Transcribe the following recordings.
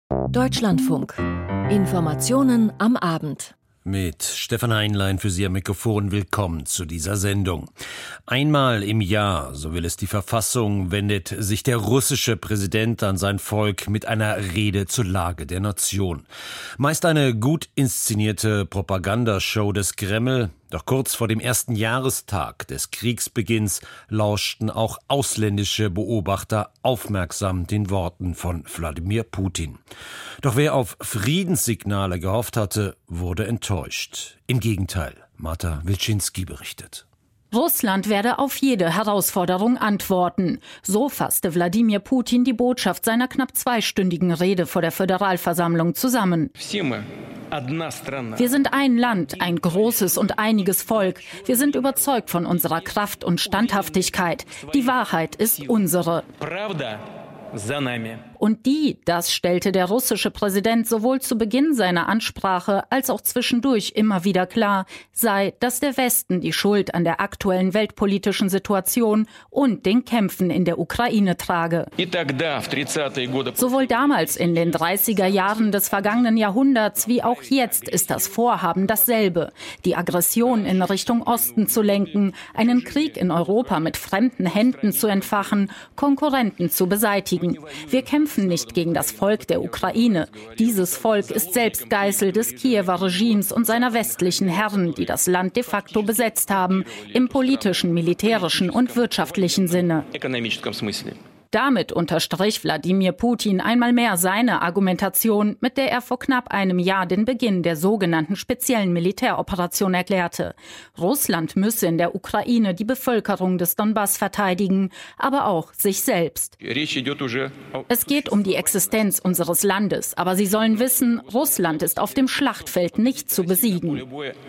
Deutschlandfunk. Informationen am Abend. Mit Stefan Heinlein für Sie am Mikrofon. Willkommen zu dieser Sendung. Einmal im Jahr, so will es die Verfassung, wendet sich der russische Präsident an sein Volk mit einer Rede zur Lage der Nation. Meist eine gut inszenierte Propagandashow des Kreml. Doch kurz vor dem ersten Jahrestag des Kriegsbeginns lauschten auch ausländische Beobachter aufmerksam den Worten von Wladimir Putin. Doch wer auf Friedenssignale gehofft hatte, wurde enttäuscht. Im Gegenteil, Marta Wilczynski berichtet. Russland werde auf jede Herausforderung antworten. So fasste Wladimir Putin die Botschaft seiner knapp zweistündigen Rede vor der Föderalversammlung zusammen. Wir sind ein Land, ein großes und einiges Volk. Wir sind überzeugt von unserer Kraft und Standhaftigkeit. Die Wahrheit ist unsere. Und das stellte der russische Präsident sowohl zu Beginn seiner Ansprache als auch zwischendurch immer wieder klar, sei, dass der Westen die Schuld an der aktuellen weltpolitischen Situation und den Kämpfen in der Ukraine trage. Sowohl damals in den 30er Jahren des vergangenen Jahrhunderts wie auch jetzt ist das Vorhaben dasselbe, die Aggression in Richtung Osten zu lenken, einen Krieg in Europa mit fremden Händen zu entfachen, Konkurrenten zu beseitigen. Wir kämpfen nicht gegen das Volk der Ukraine. Dieses Volk ist selbst Geißel des Kiewer Regimes und seiner westlichen Herren, die das Land de facto besetzt haben, im politischen, militärischen und wirtschaftlichen Sinne. Damit unterstrich Wladimir Putin einmal mehr seine Argumentation, mit der er vor knapp einem Jahr den Beginn der sogenannten speziellen Militäroperation erklärte. Russland müsse in der Ukraine die Bevölkerung des Donbass verteidigen, aber auch sich selbst. Es geht um die Existenz unseres Landes, aber Sie sollen wissen, Russland ist auf dem Schlachtfeld nicht zu besiegen.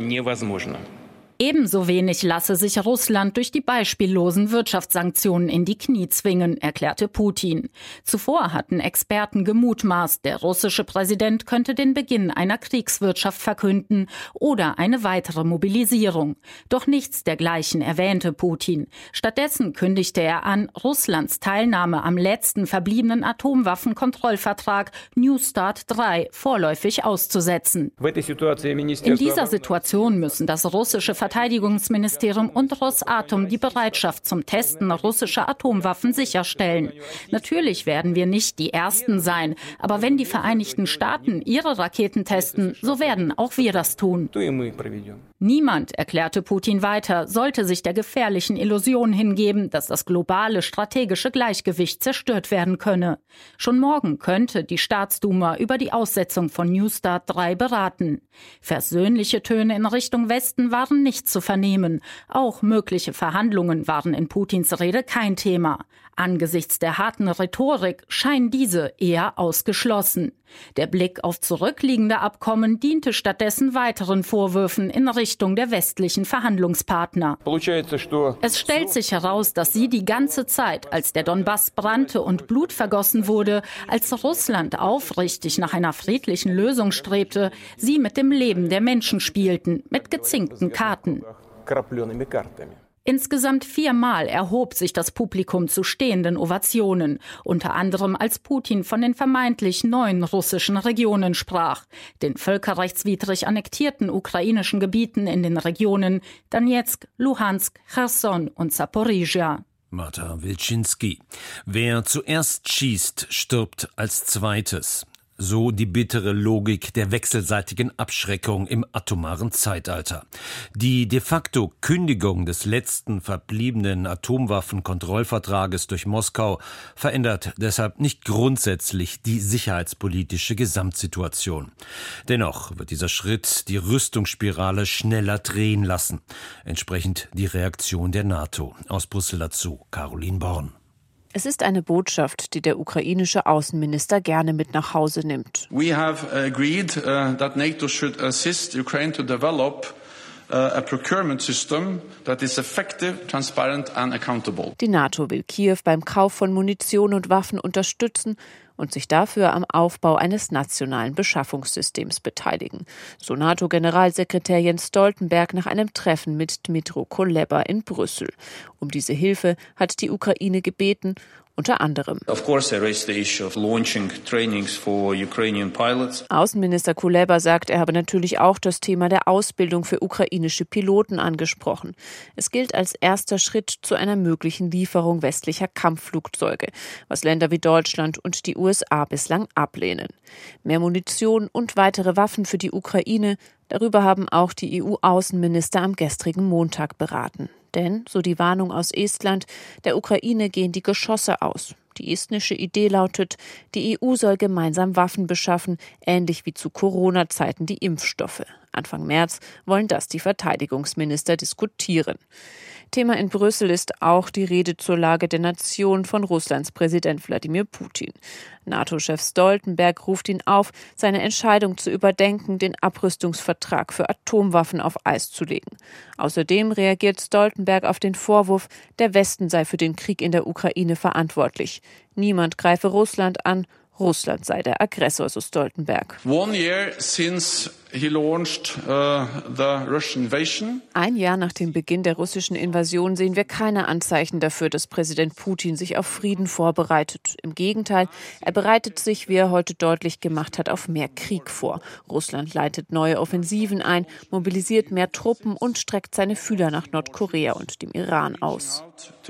Ebenso wenig lasse sich Russland durch die beispiellosen Wirtschaftssanktionen in die Knie zwingen, erklärte Putin. Zuvor hatten Experten gemutmaßt, der russische Präsident könnte den Beginn einer Kriegswirtschaft verkünden oder eine weitere Mobilisierung. Doch nichts dergleichen erwähnte Putin. Stattdessen kündigte er an, Russlands Teilnahme am letzten verbliebenen Atomwaffenkontrollvertrag New START 3 vorläufig auszusetzen. In dieser Situation müssen das russische Verteidigungsministerium und Rosatom die Bereitschaft zum Testen russischer Atomwaffen sicherstellen. Natürlich werden wir nicht die Ersten sein, aber wenn die Vereinigten Staaten ihre Raketen testen, so werden auch wir das tun. Niemand, erklärte Putin weiter, sollte sich der gefährlichen Illusion hingeben, dass das globale strategische Gleichgewicht zerstört werden könne. Schon morgen könnte die Staatsduma über die Aussetzung von New START 3 beraten. Versöhnliche Töne in Richtung Westen waren nicht zu vernehmen. Auch mögliche Verhandlungen waren in Putins Rede kein Thema. Angesichts der harten Rhetorik scheinen diese eher ausgeschlossen. Der Blick auf zurückliegende Abkommen diente stattdessen weiteren Vorwürfen in Richtung der westlichen Verhandlungspartner. Es stellt sich heraus, dass sie die ganze Zeit, als der Donbass brannte und Blut vergossen wurde, als Russland aufrichtig nach einer friedlichen Lösung strebte, sie mit dem Leben der Menschen spielten, mit gezinkten Karten. Insgesamt 4-mal erhob sich das Publikum zu stehenden Ovationen, unter anderem als Putin von den vermeintlich neuen russischen Regionen sprach, den völkerrechtswidrig annektierten ukrainischen Gebieten in den Regionen Donezk, Luhansk, Cherson und Zaporizhia. Marta Wilczynski. Wer zuerst schießt, stirbt als zweites. So die bittere Logik der wechselseitigen Abschreckung im atomaren Zeitalter. Die de facto Kündigung des letzten verbliebenen Atomwaffenkontrollvertrages durch Moskau verändert deshalb nicht grundsätzlich die sicherheitspolitische Gesamtsituation. Dennoch wird dieser Schritt die Rüstungsspirale schneller drehen lassen. Entsprechend die Reaktion der NATO. Aus Brüssel dazu Caroline Born. Es ist eine Botschaft, die der ukrainische Außenminister gerne mit nach Hause nimmt. We have agreed that NATO should assist Ukraine to develop a procurement system that is effective, transparent and accountable. Die NATO will Kiew beim Kauf von Munition und Waffen unterstützen und sich dafür am Aufbau eines nationalen Beschaffungssystems beteiligen. So NATO-Generalsekretär Jens Stoltenberg nach einem Treffen mit Dmytro Kuleba in Brüssel. Um diese Hilfe hat die Ukraine gebeten unter anderem. Außenminister Kuleba sagt, er habe natürlich auch das Thema der Ausbildung für ukrainische Piloten angesprochen. Es gilt als erster Schritt zu einer möglichen Lieferung westlicher Kampfflugzeuge, was Länder wie Deutschland und die USA bislang ablehnen. Mehr Munition und weitere Waffen für die Ukraine, darüber haben auch die EU-Außenminister am gestrigen Montag beraten. Denn, so die Warnung aus Estland, der Ukraine gehen die Geschosse aus. Die estnische Idee lautet, die EU soll gemeinsam Waffen beschaffen, ähnlich wie zu Corona-Zeiten die Impfstoffe. Anfang März wollen das die Verteidigungsminister diskutieren. Thema in Brüssel ist auch die Rede zur Lage der Nation von Russlands Präsident Wladimir Putin. NATO-Chef Stoltenberg ruft ihn auf, seine Entscheidung zu überdenken, den Abrüstungsvertrag für Atomwaffen auf Eis zu legen. Außerdem reagiert Stoltenberg auf den Vorwurf, der Westen sei für den Krieg in der Ukraine verantwortlich. Niemand greife Russland an, Russland sei der Aggressor, so Stoltenberg. 1 year since he launched the Russian invasion. Ein Jahr nach dem Beginn der russischen Invasion sehen wir keine Anzeichen dafür, dass Präsident Putin sich auf Frieden vorbereitet. Im Gegenteil, er bereitet sich, wie er heute deutlich gemacht hat, auf mehr Krieg vor. Russland leitet neue Offensiven ein, mobilisiert mehr Truppen und streckt seine Fühler nach Nordkorea und dem Iran aus.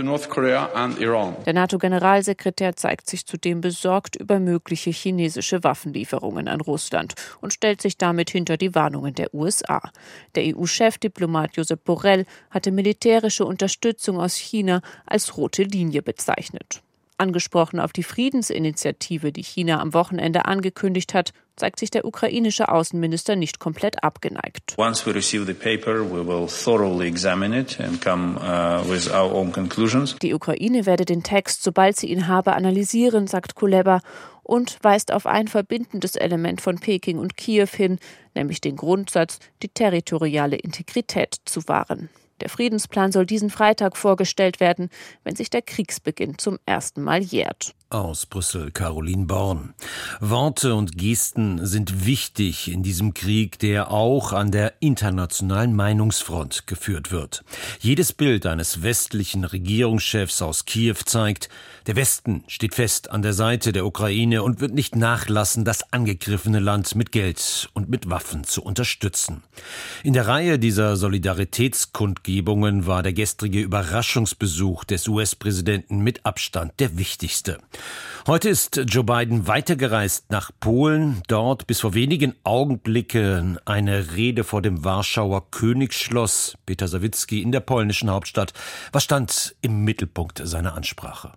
Der NATO-Generalsekretär zeigt sich zudem besorgt über mögliche chinesische Waffenlieferungen an Russland und stellt sich damit hinter die Warnungen der USA. Der EU-Chefdiplomat Josep Borrell hatte militärische Unterstützung aus China als rote Linie bezeichnet. Angesprochen auf die Friedensinitiative, die China am Wochenende angekündigt hat, zeigt sich der ukrainische Außenminister nicht komplett abgeneigt. Once we receive the paper, we will thoroughly examine it and come with our own conclusions. Die Ukraine werde den Text, sobald sie ihn habe, analysieren, sagt Kuleba, und weist auf ein verbindendes Element von Peking und Kiew hin, nämlich den Grundsatz, die territoriale Integrität zu wahren. Der Friedensplan soll diesen Freitag vorgestellt werden, wenn sich der Kriegsbeginn zum ersten Mal jährt. Aus Brüssel, Caroline Born. Worte und Gesten sind wichtig in diesem Krieg, der auch an der internationalen Meinungsfront geführt wird. Jedes Bild eines westlichen Regierungschefs aus Kiew zeigt, der Westen steht fest an der Seite der Ukraine und wird nicht nachlassen, das angegriffene Land mit Geld und mit Waffen zu unterstützen. In der Reihe dieser Solidaritätskundgebungen war der gestrige Überraschungsbesuch des US-Präsidenten mit Abstand der wichtigste. Heute ist Joe Biden weitergereist nach Polen, dort bis vor wenigen Augenblicken eine Rede vor dem Warschauer Königsschloss Peter Sawicki in der polnischen Hauptstadt. Was stand im Mittelpunkt seiner Ansprache?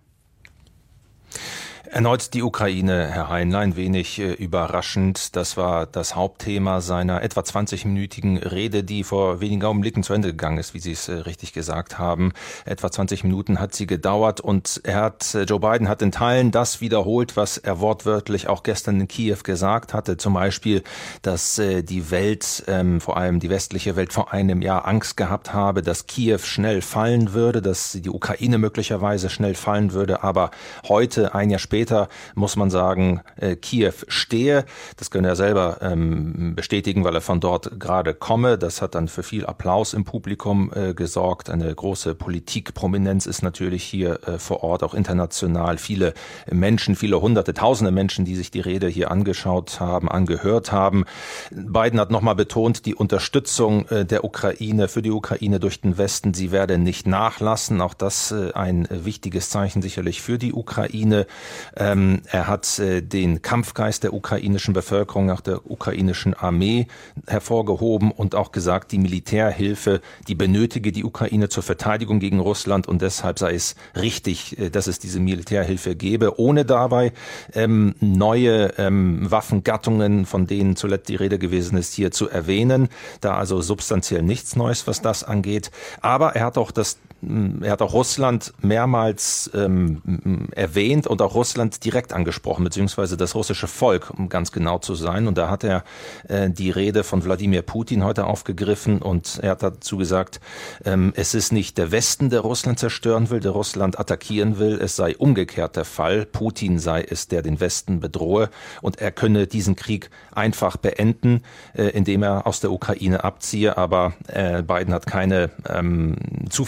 Erneut die Ukraine, Herr Heinlein, wenig überraschend. Das war das Hauptthema seiner etwa 20-minütigen Rede, die vor wenigen Augenblicken zu Ende gegangen ist, wie Sie es richtig gesagt haben. Etwa 20 Minuten hat sie gedauert und Joe Biden hat in Teilen das wiederholt, was er wortwörtlich auch gestern in Kiew gesagt hatte. Zum Beispiel, dass die Welt, vor allem die westliche Welt, vor einem Jahr Angst gehabt habe, dass Kiew schnell fallen würde, dass die Ukraine möglicherweise schnell fallen würde. Aber heute, ein Jahr später, muss man sagen, Kiew stehe. Das können er selber bestätigen, weil er von dort gerade komme. Das hat dann für viel Applaus im Publikum gesorgt. Eine große Politikprominenz ist natürlich hier vor Ort, auch international. Viele Menschen, viele Hunderte, Tausende Menschen, die sich die Rede hier angeschaut haben, angehört haben. Biden hat nochmal betont, die Unterstützung der Ukraine, für die Ukraine durch den Westen, sie werde nicht nachlassen. Auch das ein wichtiges Zeichen sicherlich für die Ukraine. Er hat den Kampfgeist der ukrainischen Bevölkerung, nach der ukrainischen Armee hervorgehoben und auch gesagt, die Militärhilfe, die benötige die Ukraine zur Verteidigung gegen Russland und deshalb sei es richtig, dass es diese Militärhilfe gebe, ohne dabei neue Waffengattungen, von denen zuletzt die Rede gewesen ist, hier zu erwähnen. Da also substanziell nichts Neues, was das angeht. Aber er hat auch Russland mehrmals erwähnt und auch Russland direkt angesprochen, beziehungsweise das russische Volk, um ganz genau zu sein. Und da hat er die Rede von Wladimir Putin heute aufgegriffen und er hat dazu gesagt, es ist nicht der Westen, der Russland zerstören will, der Russland attackieren will, es sei umgekehrt der Fall. Putin sei es, der den Westen bedrohe und er könne diesen Krieg einfach beenden, indem er aus der Ukraine abziehe. Aber Biden hat keine Zuversicht geäußert,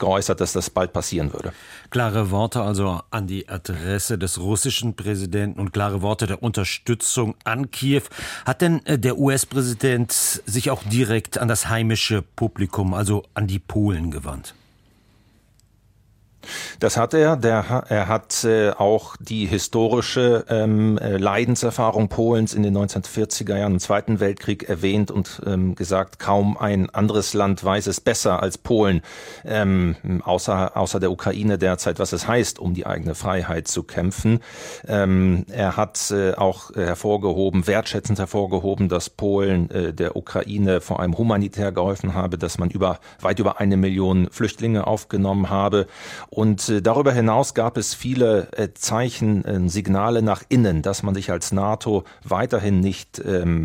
geäußert, dass das bald passieren würde. Klare Worte also an die Adresse des russischen Präsidenten und klare Worte der Unterstützung an Kiew. Hat denn der US-Präsident sich auch direkt an das heimische Publikum, also an die Polen, gewandt? Das hat er. Er hat auch die historische Leidenserfahrung Polens in den 1940er Jahren im Zweiten Weltkrieg erwähnt und gesagt, kaum ein anderes Land weiß es besser als Polen, außer der Ukraine derzeit, was es heißt, um die eigene Freiheit zu kämpfen. Er hat auch wertschätzend hervorgehoben, dass Polen der Ukraine vor allem humanitär geholfen habe, dass man weit über 1 Million Flüchtlinge aufgenommen habe. Und darüber hinaus gab es viele Zeichen, Signale nach innen, dass man sich als NATO weiterhin nicht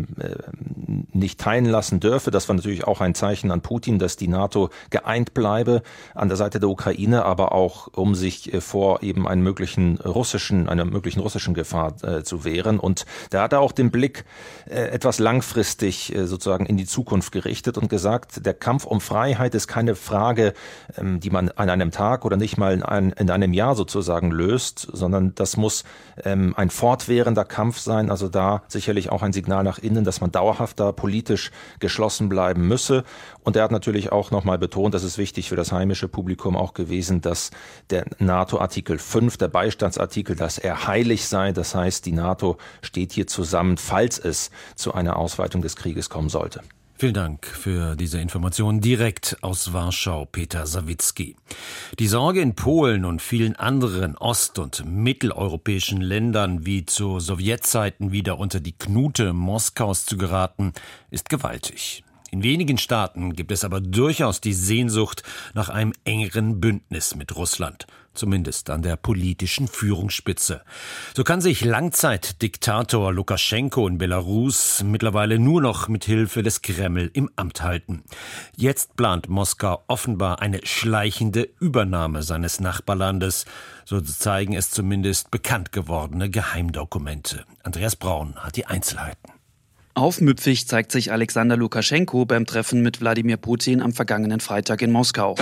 teilen lassen dürfe. Das war natürlich auch ein Zeichen an Putin, dass die NATO geeint bleibe an der Seite der Ukraine, aber auch um sich vor eben einer möglichen russischen Gefahr zu wehren. Und da hat er auch den Blick etwas langfristig sozusagen in die Zukunft gerichtet und gesagt, der Kampf um Freiheit ist keine Frage, die man an einem Tag oder nicht mal in einem Jahr sozusagen löst, sondern das muss ein fortwährender Kampf sein, also da sicherlich auch ein Signal nach innen, dass man dauerhaft da politisch geschlossen bleiben müsse. Und er hat natürlich auch nochmal betont, das ist wichtig für das heimische Publikum auch gewesen, dass der NATO-Artikel 5, der Beistandsartikel, dass er heilig sei. Das heißt, die NATO steht hier zusammen, falls es zu einer Ausweitung des Krieges kommen sollte. Vielen Dank für diese Information direkt aus Warschau, Peter Sawicki. Die Sorge in Polen und vielen anderen ost- und mitteleuropäischen Ländern, wie zu Sowjetzeiten wieder unter die Knute Moskaus zu geraten, ist gewaltig. In wenigen Staaten gibt es aber durchaus die Sehnsucht nach einem engeren Bündnis mit Russland. Zumindest an der politischen Führungsspitze. So kann sich Langzeitdiktator Lukaschenko in Belarus mittlerweile nur noch mit Hilfe des Kreml im Amt halten. Jetzt plant Moskau offenbar eine schleichende Übernahme seines Nachbarlandes. So zeigen es zumindest bekannt gewordene Geheimdokumente. Andreas Braun hat die Einzelheiten. Aufmüpfig zeigt sich Alexander Lukaschenko beim Treffen mit Wladimir Putin am vergangenen Freitag in Moskau.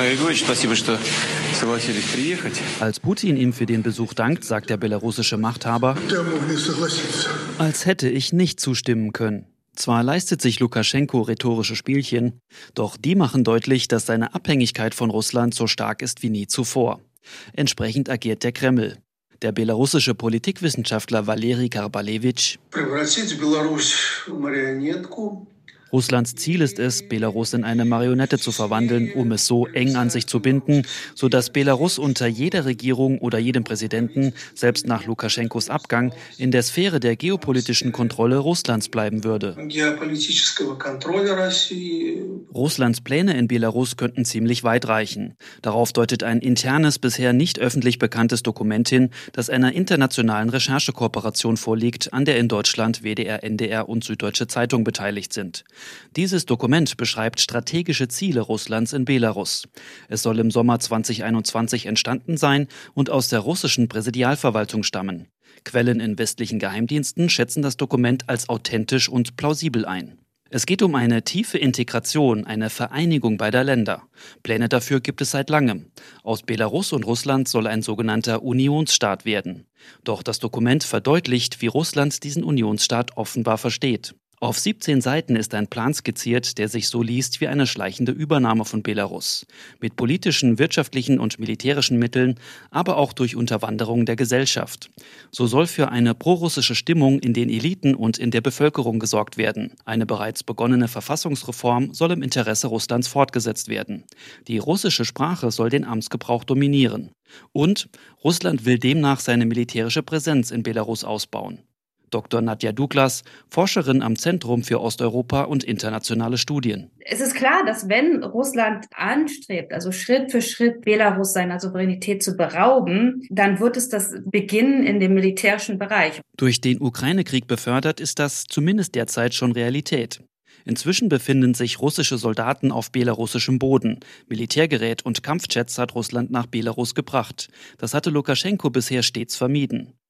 Als Putin ihm für den Besuch dankt, sagt der belarussische Machthaber, als hätte ich nicht zustimmen können. Zwar leistet sich Lukaschenko rhetorische Spielchen, doch die machen deutlich, dass seine Abhängigkeit von Russland so stark ist wie nie zuvor. Entsprechend agiert der Kreml. Der belarussische Politikwissenschaftler Valeri Karbalevich: Russlands Ziel ist es, Belarus in eine Marionette zu verwandeln, um es so eng an sich zu binden, sodass Belarus unter jeder Regierung oder jedem Präsidenten, selbst nach Lukaschenkos Abgang, in der Sphäre der geopolitischen Kontrolle Russlands bleiben würde. Russlands Pläne in Belarus könnten ziemlich weit reichen. Darauf deutet ein internes, bisher nicht öffentlich bekanntes Dokument hin, das einer internationalen Recherchekooperation vorliegt, an der in Deutschland WDR, NDR und Süddeutsche Zeitung beteiligt sind. Dieses Dokument beschreibt strategische Ziele Russlands in Belarus. Es soll im Sommer 2021 entstanden sein und aus der russischen Präsidialverwaltung stammen. Quellen in westlichen Geheimdiensten schätzen das Dokument als authentisch und plausibel ein. Es geht um eine tiefe Integration, eine Vereinigung beider Länder. Pläne dafür gibt es seit langem. Aus Belarus und Russland soll ein sogenannter Unionsstaat werden. Doch das Dokument verdeutlicht, wie Russland diesen Unionsstaat offenbar versteht. Auf 17 Seiten ist ein Plan skizziert, der sich so liest wie eine schleichende Übernahme von Belarus. Mit politischen, wirtschaftlichen und militärischen Mitteln, aber auch durch Unterwanderung der Gesellschaft. So soll für eine prorussische Stimmung in den Eliten und in der Bevölkerung gesorgt werden. Eine bereits begonnene Verfassungsreform soll im Interesse Russlands fortgesetzt werden. Die russische Sprache soll den Amtsgebrauch dominieren. Und Russland will demnach seine militärische Präsenz in Belarus ausbauen. Dr. Nadja Douglas, Forscherin am Zentrum für Osteuropa und internationale Studien. Es ist klar, dass wenn Russland anstrebt, also Schritt für Schritt Belarus seiner Souveränität zu berauben, dann wird es das beginnen in dem militärischen Bereich. Durch den Ukraine-Krieg befördert ist das zumindest derzeit schon Realität. Inzwischen befinden sich russische Soldaten auf belarussischem Boden. Militärgerät und Kampfjets hat Russland nach Belarus gebracht. Das hatte Lukaschenko bisher stets vermieden.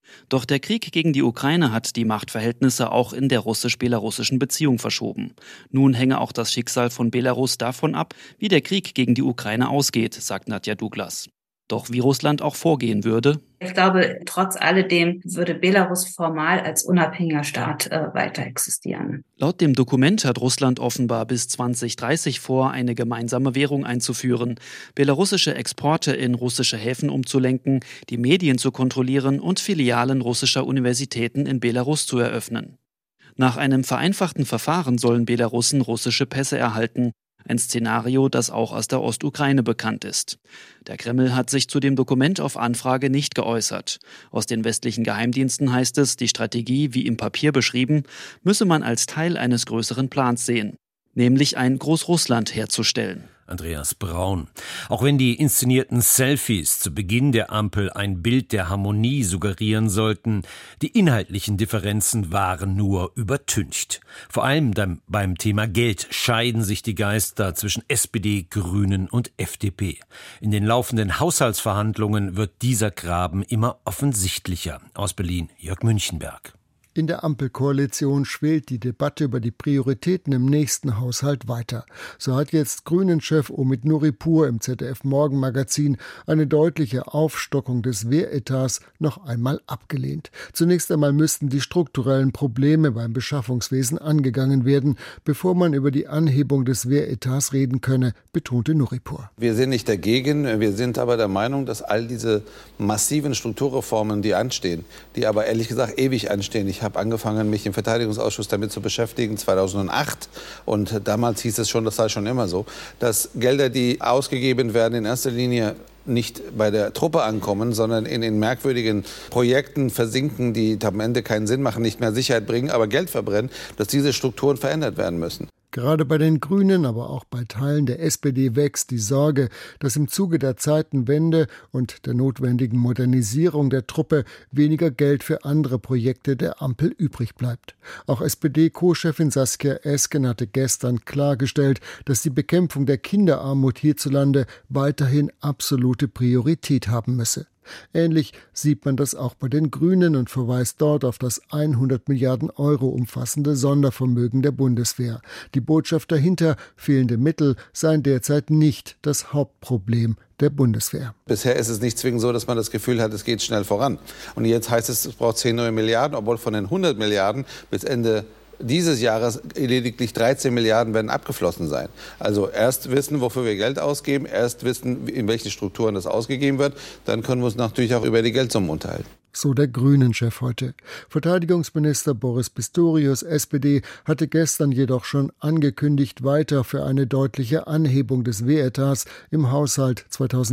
Doch der Krieg gegen die Ukraine hat die Machtverhältnisse auch in der russisch-belarussischen Beziehung verschoben. Nun hänge auch das Schicksal von Belarus davon ab, wie der Krieg gegen die Ukraine ausgeht, sagt Nadja Douglas. Doch wie Russland auch vorgehen würde? Ich glaube, trotz alledem würde Belarus formal als unabhängiger Staat weiter existieren. Laut dem Dokument hat Russland offenbar bis 2030 vor, eine gemeinsame Währung einzuführen, belarussische Exporte in russische Häfen umzulenken, die Medien zu kontrollieren und Filialen russischer Universitäten in Belarus zu eröffnen. Nach einem vereinfachten Verfahren sollen Belarussen russische Pässe erhalten. Ein Szenario, das auch aus der Ostukraine bekannt ist. Der Kreml hat sich zu dem Dokument auf Anfrage nicht geäußert. Aus den westlichen Geheimdiensten heißt es, die Strategie, wie im Papier beschrieben, müsse man als Teil eines größeren Plans sehen, nämlich ein Großrussland herzustellen. Andreas Braun. Auch wenn die inszenierten Selfies zu Beginn der Ampel ein Bild der Harmonie suggerieren sollten, die inhaltlichen Differenzen waren nur übertüncht. Vor allem beim Thema Geld scheiden sich die Geister zwischen SPD, Grünen und FDP. In den laufenden Haushaltsverhandlungen wird dieser Graben immer offensichtlicher. Aus Berlin, Jörg Münchenberg. In der Ampelkoalition schwelt die Debatte über die Prioritäten im nächsten Haushalt weiter. So hat jetzt Grünen-Chef Omid Nuripur im ZDF-Morgenmagazin eine deutliche Aufstockung des Wehretats noch einmal abgelehnt. Zunächst einmal müssten die strukturellen Probleme beim Beschaffungswesen angegangen werden, bevor man über die Anhebung des Wehretats reden könne, betonte Nuripur. Wir sind nicht dagegen, wir sind aber der Meinung, dass all diese massiven Strukturreformen, die anstehen, die aber ehrlich gesagt ewig anstehen. Ich habe angefangen, mich im Verteidigungsausschuss damit zu beschäftigen, 2008. Und damals hieß es schon, das sei schon immer so, dass Gelder, die ausgegeben werden, in erster Linie nicht bei der Truppe ankommen, sondern in merkwürdigen Projekten versinken, die am Ende keinen Sinn machen, nicht mehr Sicherheit bringen, aber Geld verbrennen, dass diese Strukturen verändert werden müssen. Gerade bei den Grünen, aber auch bei Teilen der SPD wächst die Sorge, dass im Zuge der Zeitenwende und der notwendigen Modernisierung der Truppe weniger Geld für andere Projekte der Ampel übrig bleibt. Auch SPD-Co-Chefin Saskia Esken hatte gestern klargestellt, dass die Bekämpfung der Kinderarmut hierzulande weiterhin absolute Priorität haben müsse. Ähnlich sieht man das auch bei den Grünen und verweist dort auf das 100 Milliarden Euro umfassende Sondervermögen der Bundeswehr. Die Botschaft dahinter, fehlende Mittel, seien derzeit nicht das Hauptproblem der Bundeswehr. Bisher ist es nicht zwingend so, dass man das Gefühl hat, es geht schnell voran. Und jetzt heißt es, es braucht 10 neue Milliarden, obwohl von den 100 Milliarden bis Ende dieses Jahres lediglich 13 Milliarden werden abgeflossen sein. Also erst wissen, wofür wir Geld ausgeben, erst wissen, in welchen Strukturen das ausgegeben wird, dann können wir uns natürlich auch über die Geldsummen unterhalten. So der Grünen-Chef heute. Verteidigungsminister Boris Pistorius, SPD, hatte gestern jedoch schon angekündigt, weiter für eine deutliche Anhebung des Wehretats im Haushalt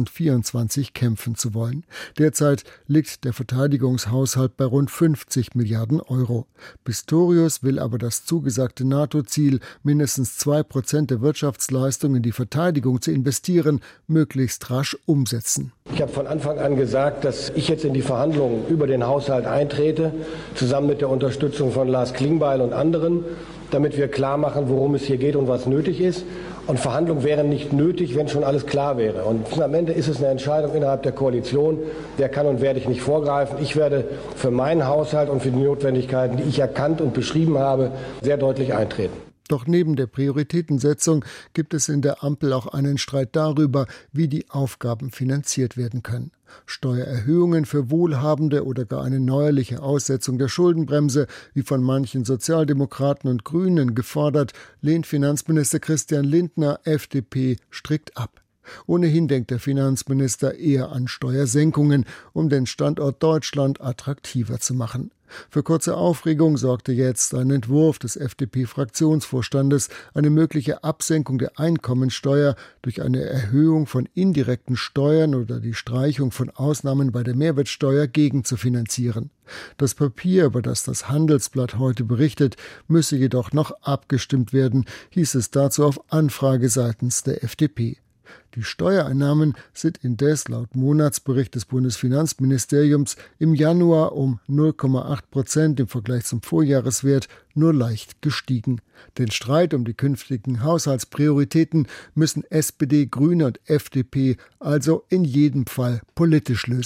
2024 kämpfen zu wollen. Derzeit liegt der Verteidigungshaushalt bei rund 50 Milliarden Euro. Pistorius will aber das zugesagte NATO-Ziel, mindestens 2% der Wirtschaftsleistung in die Verteidigung zu investieren, möglichst rasch umsetzen. Ich habe von Anfang an gesagt, dass ich jetzt in die Verhandlungen über den Haushalt eintrete, zusammen mit der Unterstützung von Lars Klingbeil und anderen, damit wir klar machen, worum es hier geht und was nötig ist. Und Verhandlungen wären nicht nötig, wenn schon alles klar wäre. Und am Ende ist es eine Entscheidung innerhalb der Koalition. Der kann und werde ich nicht vorgreifen. Ich werde für meinen Haushalt und für die Notwendigkeiten, die ich erkannt und beschrieben habe, sehr deutlich eintreten. Doch neben der Prioritätensetzung gibt es in der Ampel auch einen Streit darüber, wie die Aufgaben finanziert werden können. Steuererhöhungen für Wohlhabende oder gar eine neuerliche Aussetzung der Schuldenbremse, wie von manchen Sozialdemokraten und Grünen gefordert, lehnt Finanzminister Christian Lindner, FDP, strikt ab. Ohnehin denkt der Finanzminister eher an Steuersenkungen, um den Standort Deutschland attraktiver zu machen. Für kurze Aufregung sorgte jetzt ein Entwurf des FDP-Fraktionsvorstandes, eine mögliche Absenkung der Einkommensteuer durch eine Erhöhung von indirekten Steuern oder die Streichung von Ausnahmen bei der Mehrwertsteuer gegenzufinanzieren. Das Papier, über das das Handelsblatt heute berichtet, müsse jedoch noch abgestimmt werden, hieß es dazu auf Anfrage seitens der FDP. Die Steuereinnahmen sind indes laut Monatsbericht des Bundesfinanzministeriums im Januar um 0,8% im Vergleich zum Vorjahreswert nur leicht gestiegen. Den Streit um die künftigen Haushaltsprioritäten müssen SPD, Grüne und FDP also in jedem Fall politisch lösen.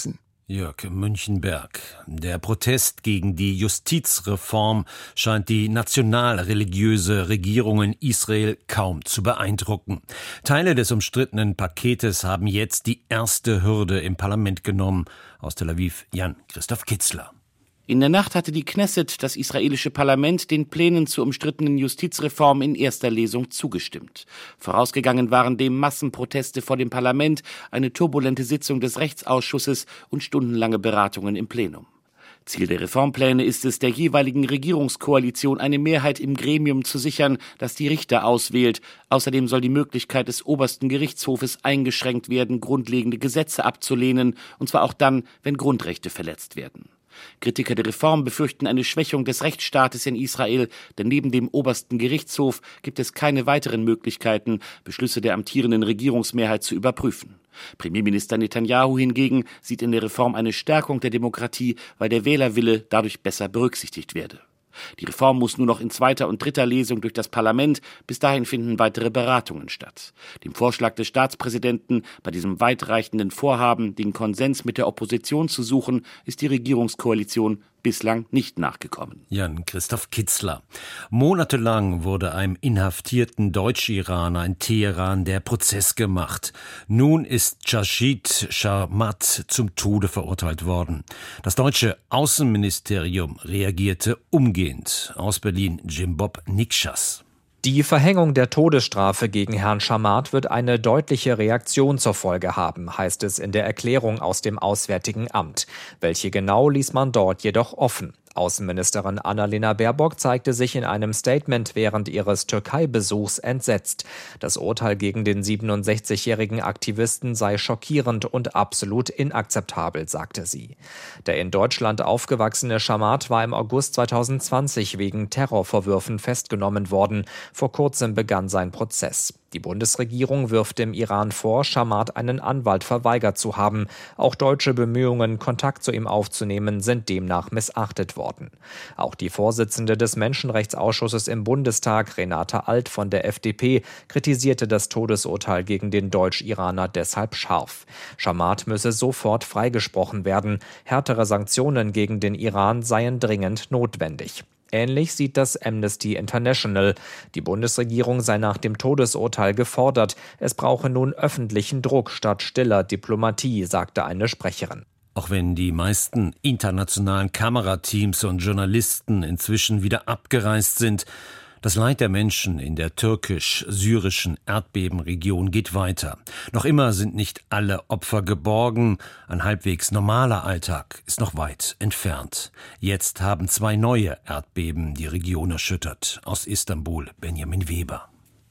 Jörg Münchenberg. Der Protest gegen die Justizreform scheint die national-religiöse Regierung in Israel kaum zu beeindrucken. Teile des umstrittenen Paketes haben jetzt die erste Hürde im Parlament genommen. Aus Tel Aviv Jan-Christoph Kitzler. In der Nacht hatte die Knesset, das israelische Parlament, den Plänen zur umstrittenen Justizreform in erster Lesung zugestimmt. Vorausgegangen waren dem Massenproteste vor dem Parlament, eine turbulente Sitzung des Rechtsausschusses und stundenlange Beratungen im Plenum. Ziel der Reformpläne ist es, der jeweiligen Regierungskoalition eine Mehrheit im Gremium zu sichern, das die Richter auswählt. Außerdem soll die Möglichkeit des obersten Gerichtshofes eingeschränkt werden, grundlegende Gesetze abzulehnen, und zwar auch dann, wenn Grundrechte verletzt werden. Kritiker der Reform befürchten eine Schwächung des Rechtsstaates in Israel, denn neben dem obersten Gerichtshof gibt es keine weiteren Möglichkeiten, Beschlüsse der amtierenden Regierungsmehrheit zu überprüfen. Premierminister Netanyahu hingegen sieht in der Reform eine Stärkung der Demokratie, weil der Wählerwille dadurch besser berücksichtigt werde. Die Reform muss nur noch in zweiter und dritter Lesung durch das Parlament. Bis dahin finden weitere Beratungen statt. Dem Vorschlag des Staatspräsidenten, bei diesem weitreichenden Vorhaben den Konsens mit der Opposition zu suchen, ist die Regierungskoalition bislang nicht nachgekommen. Jan-Christoph Kitzler. Monatelang wurde einem inhaftierten Deutsch-Iraner in Teheran der Prozess gemacht. Nun ist Khurshid Sharmat zum Tode verurteilt worden. Das deutsche Außenministerium reagierte umgehend. Aus Berlin Jimbob Nikschas. Die Verhängung der Todesstrafe gegen Herrn Sharmat wird eine deutliche Reaktion zur Folge haben, heißt es in der Erklärung aus dem Auswärtigen Amt. Welche genau, ließ man dort jedoch offen. Außenministerin Annalena Baerbock zeigte sich in einem Statement während ihres Türkei-Besuchs entsetzt. Das Urteil gegen den 67-jährigen Aktivisten sei schockierend und absolut inakzeptabel, sagte sie. Der in Deutschland aufgewachsene Sharmat war im August 2020 wegen Terrorvorwürfen festgenommen worden. Vor kurzem begann sein Prozess. Die Bundesregierung wirft dem Iran vor, Sharmat einen Anwalt verweigert zu haben. Auch deutsche Bemühungen, Kontakt zu ihm aufzunehmen, sind demnach missachtet worden. Auch die Vorsitzende des Menschenrechtsausschusses im Bundestag, Renate Alt von der FDP, kritisierte das Todesurteil gegen den Deutsch-Iraner deshalb scharf. Sharmat müsse sofort freigesprochen werden. Härtere Sanktionen gegen den Iran seien dringend notwendig. Ähnlich sieht das Amnesty International. Die Bundesregierung sei nach dem Todesurteil gefordert. Es brauche nun öffentlichen Druck statt stiller Diplomatie, sagte eine Sprecherin. Auch wenn die meisten internationalen Kamerateams und Journalisten inzwischen wieder abgereist sind, das Leid der Menschen in der türkisch-syrischen Erdbebenregion geht weiter. Noch immer sind nicht alle Opfer geborgen. Ein halbwegs normaler Alltag ist noch weit entfernt. Jetzt haben 2 neue Erdbeben die Region erschüttert. Aus Istanbul Benjamin Weber.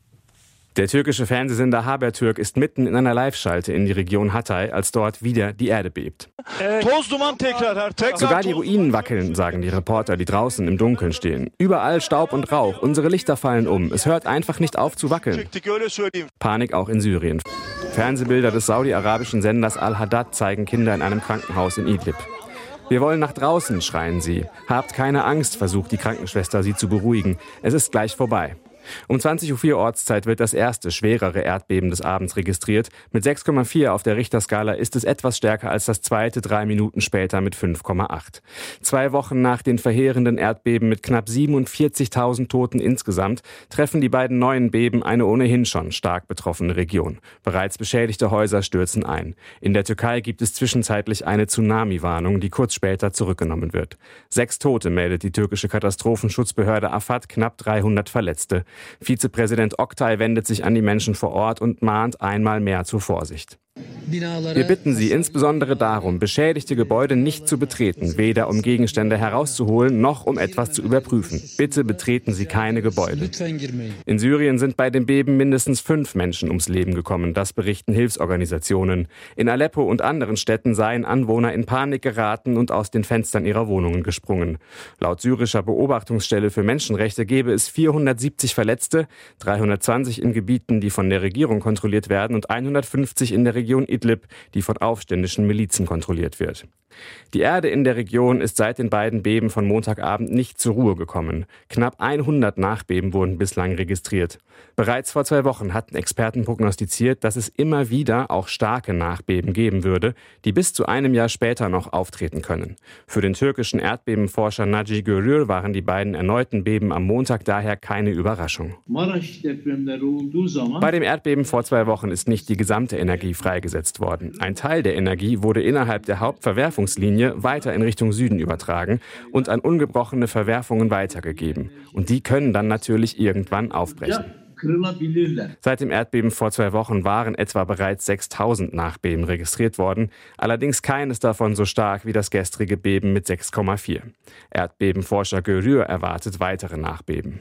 Der türkische Fernsehsender Habertürk ist mitten in einer Live-Schalte in die Region Hatay, als dort wieder die Erde bebt. Sogar die Ruinen wackeln, sagen die Reporter, die draußen im Dunkeln stehen. Überall Staub und Rauch, unsere Lichter fallen um. Es hört einfach nicht auf zu wackeln. Panik auch in Syrien. Fernsehbilder des saudi-arabischen Senders Al-Haddad zeigen Kinder in einem Krankenhaus in Idlib. Wir wollen nach draußen, schreien sie. Habt keine Angst, versucht die Krankenschwester, sie zu beruhigen. Es ist gleich vorbei. Um 20.04 Uhr Ortszeit wird das erste, schwerere Erdbeben des Abends registriert. Mit 6,4 auf der Richterskala ist es etwas stärker als das zweite 3 Minuten später mit 5,8. 2 Wochen nach den verheerenden Erdbeben mit knapp 47.000 Toten insgesamt treffen die beiden neuen Beben eine ohnehin schon stark betroffene Region. Bereits beschädigte Häuser stürzen ein. In der Türkei gibt es zwischenzeitlich eine Tsunami-Warnung, die kurz später zurückgenommen wird. 6 Tote meldet die türkische Katastrophenschutzbehörde AFAD, knapp 300 Verletzte. Vizepräsident Oktay wendet sich an die Menschen vor Ort und mahnt einmal mehr zur Vorsicht. Wir bitten Sie insbesondere darum, beschädigte Gebäude nicht zu betreten, weder um Gegenstände herauszuholen, noch um etwas zu überprüfen. Bitte betreten Sie keine Gebäude. In Syrien sind bei dem Beben mindestens 5 Menschen ums Leben gekommen, das berichten Hilfsorganisationen. In Aleppo und anderen Städten seien Anwohner in Panik geraten und aus den Fenstern ihrer Wohnungen gesprungen. Laut syrischer Beobachtungsstelle für Menschenrechte gäbe es 470 Verletzte, 320 in Gebieten, die von der Regierung kontrolliert werden, und 150 in der Region Region Idlib, die von aufständischen Milizen kontrolliert wird. Die Erde in der Region ist seit den beiden Beben von Montagabend nicht zur Ruhe gekommen. Knapp 100 Nachbeben wurden bislang registriert. Bereits vor 2 Wochen hatten Experten prognostiziert, dass es immer wieder auch starke Nachbeben geben würde, die bis zu einem Jahr später noch auftreten können. Für den türkischen Erdbebenforscher Naci Görür waren die beiden erneuten Beben am Montag daher keine Überraschung. Bei dem Erdbeben vor 2 Wochen ist nicht die gesamte Energie freigesetzt worden. Ein Teil der Energie wurde innerhalb der Hauptverwerfungslinie weiter in Richtung Süden übertragen und an ungebrochene Verwerfungen weitergegeben. Und die können dann natürlich irgendwann aufbrechen. Seit dem Erdbeben vor 2 Wochen waren etwa bereits 6.000 Nachbeben registriert worden, allerdings keines davon so stark wie das gestrige Beben mit 6,4. Erdbebenforscher Görür erwartet weitere Nachbeben.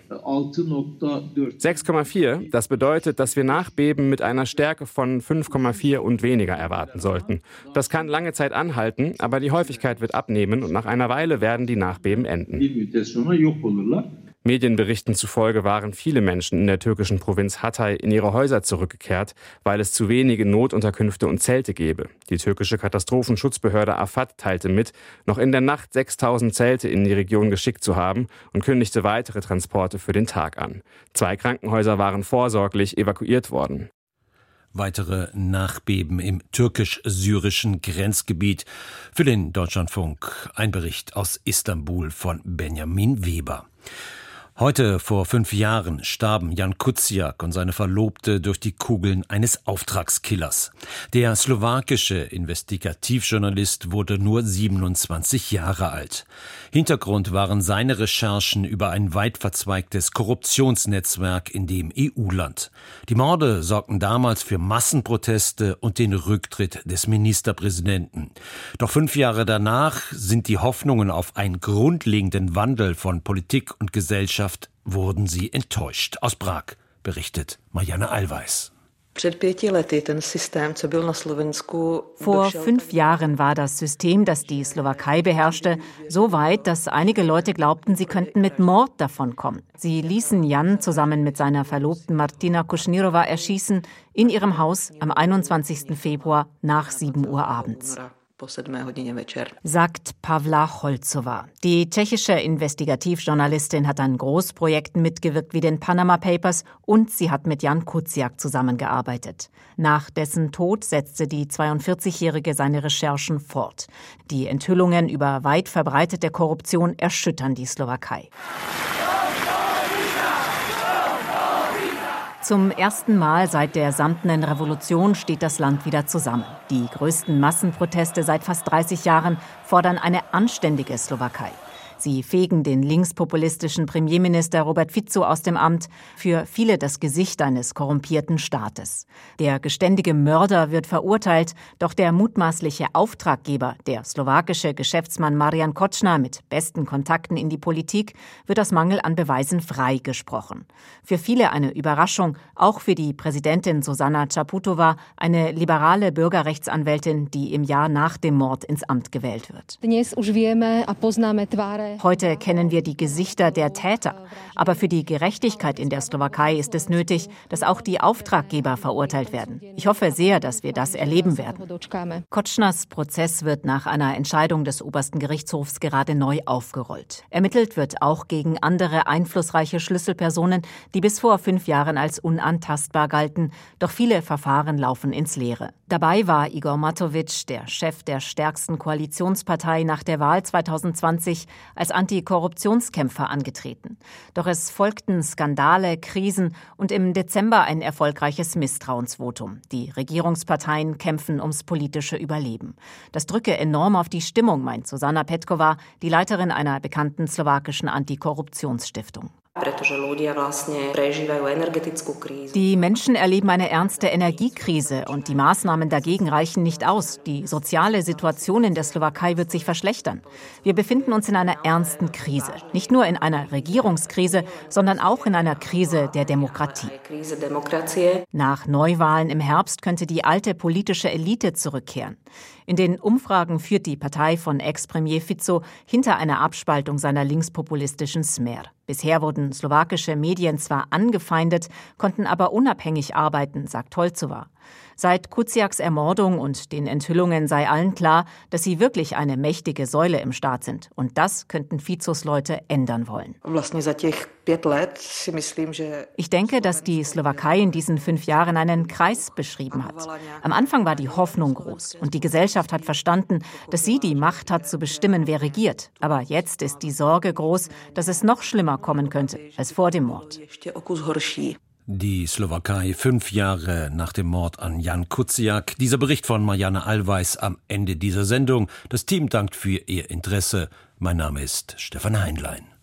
6,4, das bedeutet, dass wir Nachbeben mit einer Stärke von 5,4 und weniger erwarten sollten. Das kann lange Zeit anhalten, aber die Häufigkeit wird abnehmen und nach einer Weile werden die Nachbeben enden. Medienberichten zufolge waren viele Menschen in der türkischen Provinz Hatay in ihre Häuser zurückgekehrt, weil es zu wenige Notunterkünfte und Zelte gäbe. Die türkische Katastrophenschutzbehörde AFAD teilte mit, noch in der Nacht 6.000 Zelte in die Region geschickt zu haben und kündigte weitere Transporte für den Tag an. 2 Krankenhäuser waren vorsorglich evakuiert worden. Weitere Nachbeben im türkisch-syrischen Grenzgebiet. Für den Deutschlandfunk ein Bericht aus Istanbul von Benjamin Weber. Heute vor 5 Jahren starben Jan Kuciak und seine Verlobte durch die Kugeln eines Auftragskillers. Der slowakische Investigativjournalist wurde nur 27 Jahre alt. Hintergrund waren seine Recherchen über ein weit verzweigtes Korruptionsnetzwerk in dem EU-Land. Die Morde sorgten damals für Massenproteste und den Rücktritt des Ministerpräsidenten. Doch 5 Jahre danach sind die Hoffnungen auf einen grundlegenden Wandel von Politik und Gesellschaft wurden sie enttäuscht. Aus Prag berichtet Marianne Allweis. Vor 5 Jahren war das System, das die Slowakei beherrschte, so weit, dass einige Leute glaubten, sie könnten mit Mord davonkommen. Sie ließen Jan zusammen mit seiner Verlobten Martina Kušnírova erschießen in ihrem Haus am 21. Februar nach 7 Uhr abends. Sagt Pavla Holcová. Die tschechische Investigativjournalistin hat an Großprojekten mitgewirkt wie den Panama Papers und sie hat mit Jan Kuciak zusammengearbeitet. Nach dessen Tod setzte die 42-Jährige seine Recherchen fort. Die Enthüllungen über weit verbreitete Korruption erschüttern die Slowakei. Zum ersten Mal seit der Samtenen Revolution steht das Land wieder zusammen. Die größten Massenproteste seit fast 30 Jahren fordern eine anständige Slowakei. Sie fegen den linkspopulistischen Premierminister Robert Fico aus dem Amt, für viele das Gesicht eines korrumpierten Staates. Der geständige Mörder wird verurteilt, doch der mutmaßliche Auftraggeber, der slowakische Geschäftsmann Marian Kočner mit besten Kontakten in die Politik, wird aus Mangel an Beweisen freigesprochen. Für viele eine Überraschung, auch für die Präsidentin Zuzana Čaputová, eine liberale Bürgerrechtsanwältin, die im Jahr nach dem Mord ins Amt gewählt wird. Heute kennen wir die Gesichter der Täter. Aber für die Gerechtigkeit in der Slowakei ist es nötig, dass auch die Auftraggeber verurteilt werden. Ich hoffe sehr, dass wir das erleben werden. Kočners Prozess wird nach einer Entscheidung des obersten Gerichtshofs gerade neu aufgerollt. Ermittelt wird auch gegen andere einflussreiche Schlüsselpersonen, die bis vor 5 Jahren als unantastbar galten. Doch viele Verfahren laufen ins Leere. Dabei war Igor Matović, der Chef der stärksten Koalitionspartei nach der Wahl 2020, als Antikorruptionskämpfer angetreten. Doch es folgten Skandale, Krisen und im Dezember ein erfolgreiches Misstrauensvotum. Die Regierungsparteien kämpfen ums politische Überleben. Das drücke enorm auf die Stimmung, meint Zuzana Petková, die Leiterin einer bekannten slowakischen Antikorruptionsstiftung. Die Menschen erleben eine ernste Energiekrise und die Maßnahmen dagegen reichen nicht aus. Die soziale Situation in der Slowakei wird sich verschlechtern. Wir befinden uns in einer ernsten Krise. Nicht nur in einer Regierungskrise, sondern auch in einer Krise der Demokratie. Nach Neuwahlen im Herbst könnte die alte politische Elite zurückkehren. In den Umfragen führt die Partei von Ex-Premier Fico hinter einer Abspaltung seiner linkspopulistischen Smer. Bisher wurden slowakische Medien zwar angefeindet, konnten aber unabhängig arbeiten, sagt Holcová. Seit Kuciaks Ermordung und den Enthüllungen sei allen klar, dass sie wirklich eine mächtige Säule im Staat sind. Und das könnten Ficos Leute ändern wollen. Ich denke, dass die Slowakei in diesen 5 Jahren einen Kreis beschrieben hat. Am Anfang war die Hoffnung groß und die Gesellschaft hat verstanden, dass sie die Macht hat zu bestimmen, wer regiert. Aber jetzt ist die Sorge groß, dass es noch schlimmer kommen könnte als vor dem Mord. Die Slowakei 5 Jahre nach dem Mord an Jan Kuciak. Dieser Bericht von Marianne Allweis am Ende dieser Sendung. Das Team dankt für Ihr Interesse. Mein Name ist Stefan Heinlein.